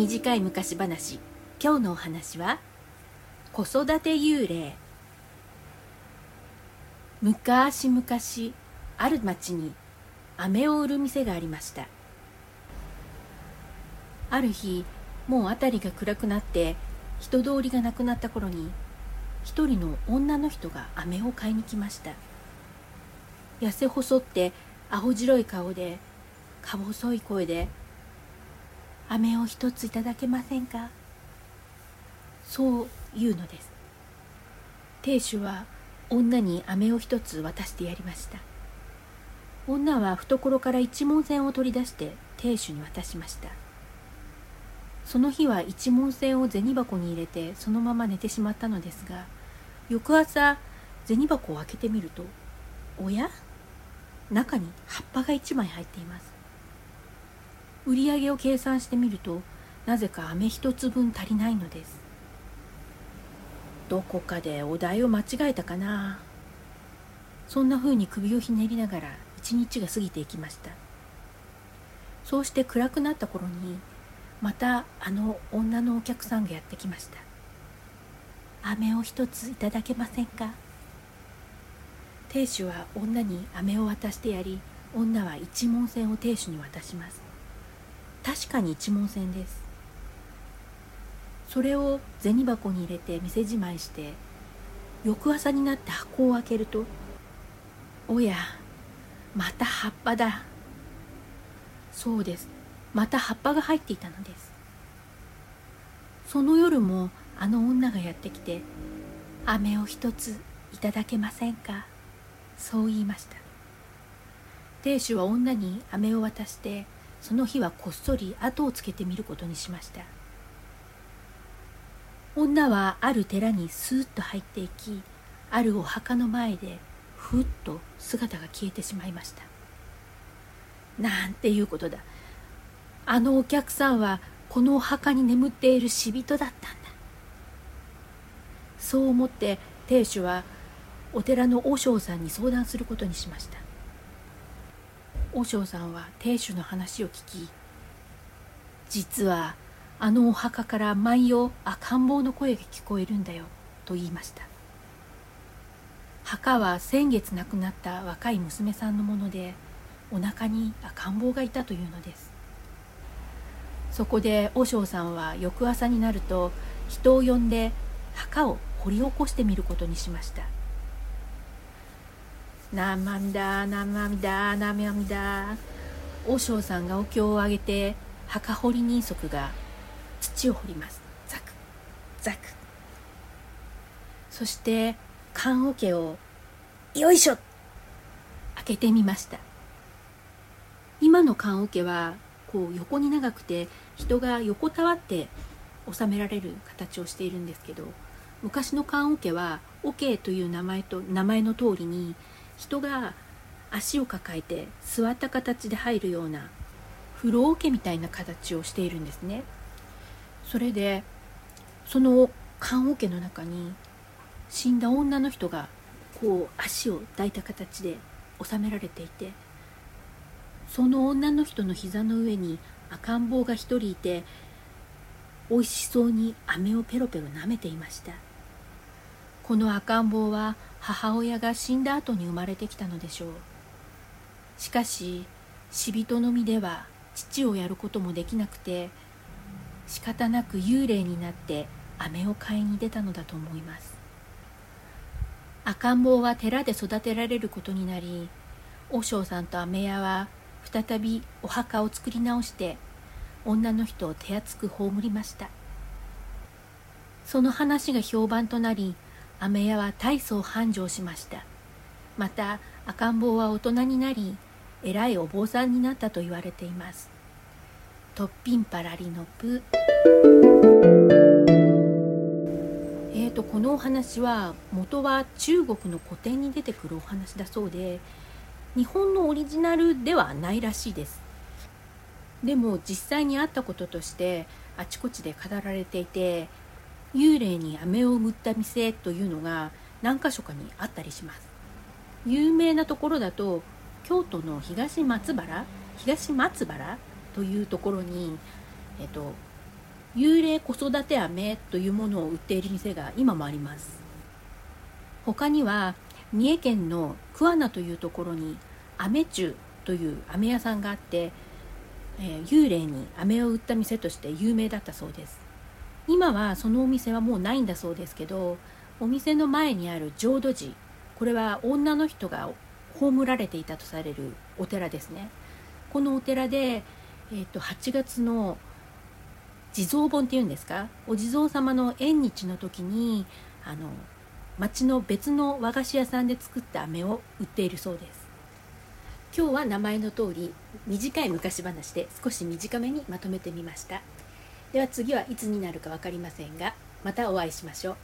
短い昔話。今日のお話は子育て幽霊。昔々ある町に飴を売る店がありました。ある日、もう辺りが暗くなって人通りがなくなった頃に、一人の女の人が飴を買いに来ました。痩せ細って青白い顔で、か細い声で、飴を一ついただけませんか、そう言うのです。亭主は女に飴を一つ渡してやりました。女は懐から一文銭を取り出して亭主に渡しました。その日は一文銭を銭箱に入れてそのまま寝てしまったのですが、翌朝銭箱を開けてみると、おや、中に葉っぱが一枚入っています。売り上げを計算してみると、なぜか飴一つ分足りないのです。どこかでお題を間違えたかな。そんな風に首をひねりながら一日が過ぎていきました。そうして暗くなった頃に、またあの女のお客さんがやってきました。飴を一ついただけませんか。亭主は女に飴を渡してやり、女は一文銭を亭主に渡します。確かに一文銭です。それを銭箱に入れて店じまいして、翌朝になって箱を開けると、おや、また葉っぱだ。そうです。また葉っぱが入っていたのです。その夜もあの女がやってきて、飴を一ついただけませんか、そう言いました。亭主は女に飴を渡して、その日はこっそり後をつけてみることにしました。女はある寺にスーッと入っていき、あるお墓の前でふっと姿が消えてしまいました。なんていうことだ。あのお客さんはこのお墓に眠っている死人だったんだ。そう思って亭主はお寺の和尚さんに相談することにしました。和尚さんは亭主の話を聞き、実はあのお墓から毎夜赤ん坊の声が聞こえるんだよと言いました。墓は先月亡くなった若い娘さんのもので、お腹に赤ん坊がいたというのです。そこで和尚さんは翌朝になると人を呼んで墓を掘り起こしてみることにしました。ナマミダナマミダナマミダ。和尚さんがお経をあげて、墓掘り人足が土を掘ります。ザクザク。そして棺桶をよいしょ開けてみました。今の棺桶はこう横に長くて、人が横たわって収められる形をしているんですけど、昔の棺桶は桶という名前の通りに、人が足を抱えて座った形で入るような風呂桶みたいな形をしているんですね。それでその棺桶の中に死んだ女の人がこう足を抱いた形で収められていて、その女の人の膝の上に赤ん坊が一人いて、おいしそうに飴をペロペロ舐めていました。この赤ん坊は母親が死んだ後に生まれてきたのでしょう。しかし死人の身では父をやることもできなくて、仕方なく幽霊になって飴を買いに出たのだと思います。赤ん坊は寺で育てられることになり、和尚さんと飴屋は再びお墓を作り直して女の人を手厚く葬りました。その話が評判となり、飴屋は大層繁盛しました。また赤ん坊は大人になり、偉いお坊さんになったと言われています。とっぴんぱらりのぷ。このお話は元は中国の古典に出てくるお話だそうで、日本のオリジナルではないらしいです。でも実際にあったこととしてあちこちで語られていて、幽霊に飴を売った店というのが何か所かにあったりします。有名なところだと京都の東松原というところに、 幽霊子育て飴というものを売っている店が今もあります。他には三重県の桑名というところに飴中という飴屋さんがあって、幽霊に飴を売った店として有名だったそうです。今はそのお店はもうないんだそうですけど、お店の前にある浄土寺、これは女の人が葬られていたとされるお寺ですね。このお寺で、8月の地蔵盆っていうんですか、お地蔵様の縁日の時に町の別の和菓子屋さんで作った飴を売っているそうです。今日は名前の通り短い昔話で少し短めにまとめてみました。では次はいつになるか分かりませんが、またお会いしましょう。